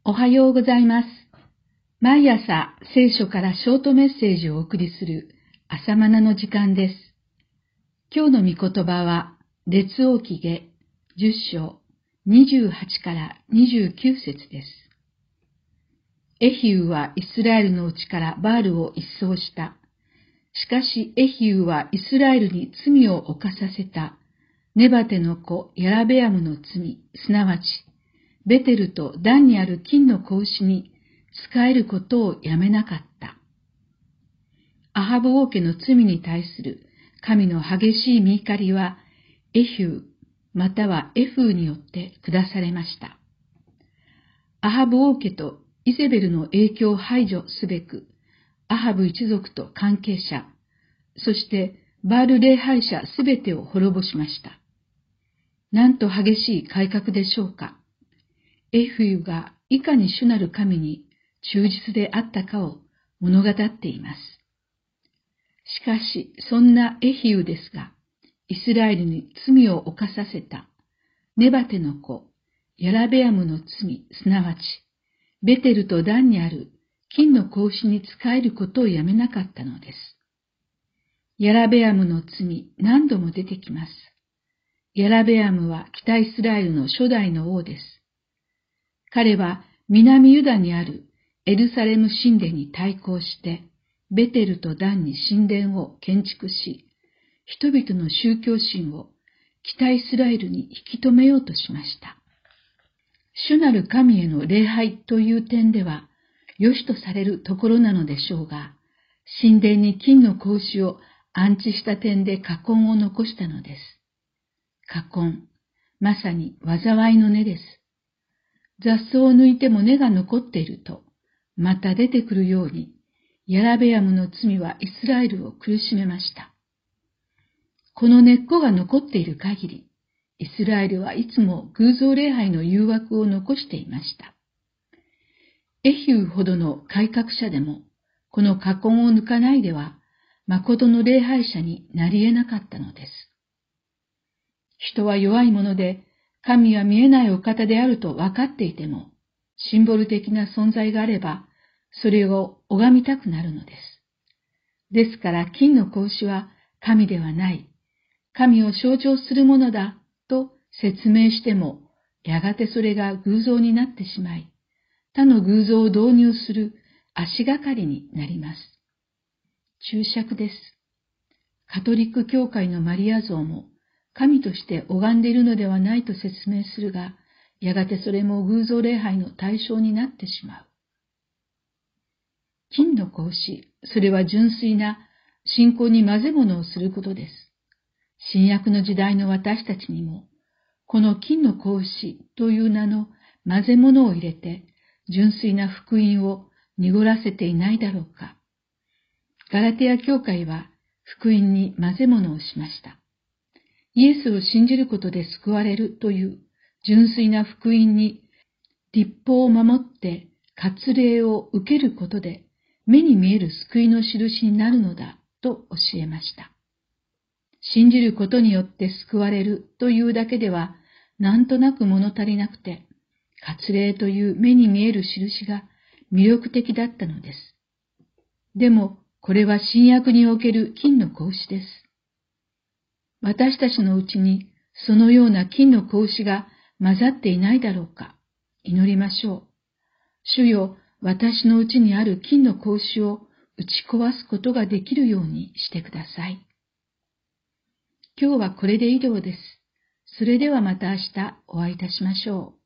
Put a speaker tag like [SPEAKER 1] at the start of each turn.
[SPEAKER 1] おはようございます。毎朝聖書からショートメッセージをお送りする朝マナの時間です。今日の御言葉は列王記下10章28から29節です。エヒウはイスラエルのうちからバールを一掃した。しかしエヒウはイスラエルに罪を犯させた。ネバテの子ヤラベアムの罪、すなわちベテルとダンにある金の子牛に仕えることをやめなかった。アハブ王家の罪に対する神の激しい見怒りはエヒューまたはエフーによって下されました。アハブ王家とイゼベルの影響を排除すべく、アハブ一族と関係者、そしてバール礼拝者すべてを滅ぼしました。なんと激しい改革でしょうか。エフユがいかに主なる神に忠実であったかを物語っています。しかし、そんなエヒユですが、イスラエルに罪を犯させたネバテの子、ヤラベアムの罪、すなわち、ベテルとダンにある金の子牛に仕えることをやめなかったのです。ヤラベアムの罪、何度も出てきます。ヤラベアムは北イスラエルの初代の王です。彼は南ユダにあるエルサレム神殿に対抗して、ベテルとダンに神殿を建築し、人々の宗教心を北イスラエルに引き止めようとしました。主なる神への礼拝という点では、良しとされるところなのでしょうが、神殿に金の子牛を安置した点で禍根を残したのです。禍根、まさに災いの根です。雑草を抜いても根が残っていると、また出てくるように、ヤラベアムの罪はイスラエルを苦しめました。この根っこが残っている限り、イスラエルはいつも偶像礼拝の誘惑を残していました。エヒューほどの改革者でも、この禍根を抜かないでは、誠の礼拝者になり得なかったのです。人は弱いもので、神は見えないお方であると分かっていても、シンボル的な存在があれば、それを拝みたくなるのです。ですから金の子牛は神ではない、神を象徴するものだと説明しても、やがてそれが偶像になってしまい、他の偶像を導入する足がかりになります。注釈です。カトリック教会のマリア像も、神として拝んでいるのではないと説明するが、やがてそれも偶像礼拝の対象になってしまう。金の子牛、それは純粋な信仰に混ぜ物をすることです。新約の時代の私たちにも、この金の子牛という名の混ぜ物を入れて、純粋な福音を濁らせていないだろうか。ガラテヤ教会は福音に混ぜ物をしました。イエスを信じることで救われるという純粋な福音に律法を守って割礼を受けることで目に見える救いの印になるのだと教えました。信じることによって救われるというだけではなんとなく物足りなくて、割礼という目に見える印が魅力的だったのです。でもこれは新約における金の子牛です。私たちのうちにそのような金の子牛が混ざっていないだろうか。祈りましょう。主よ、私のうちにある金の子牛を打ち壊すことができるようにしてください。今日はこれで以上です。それではまた明日お会いいたしましょう。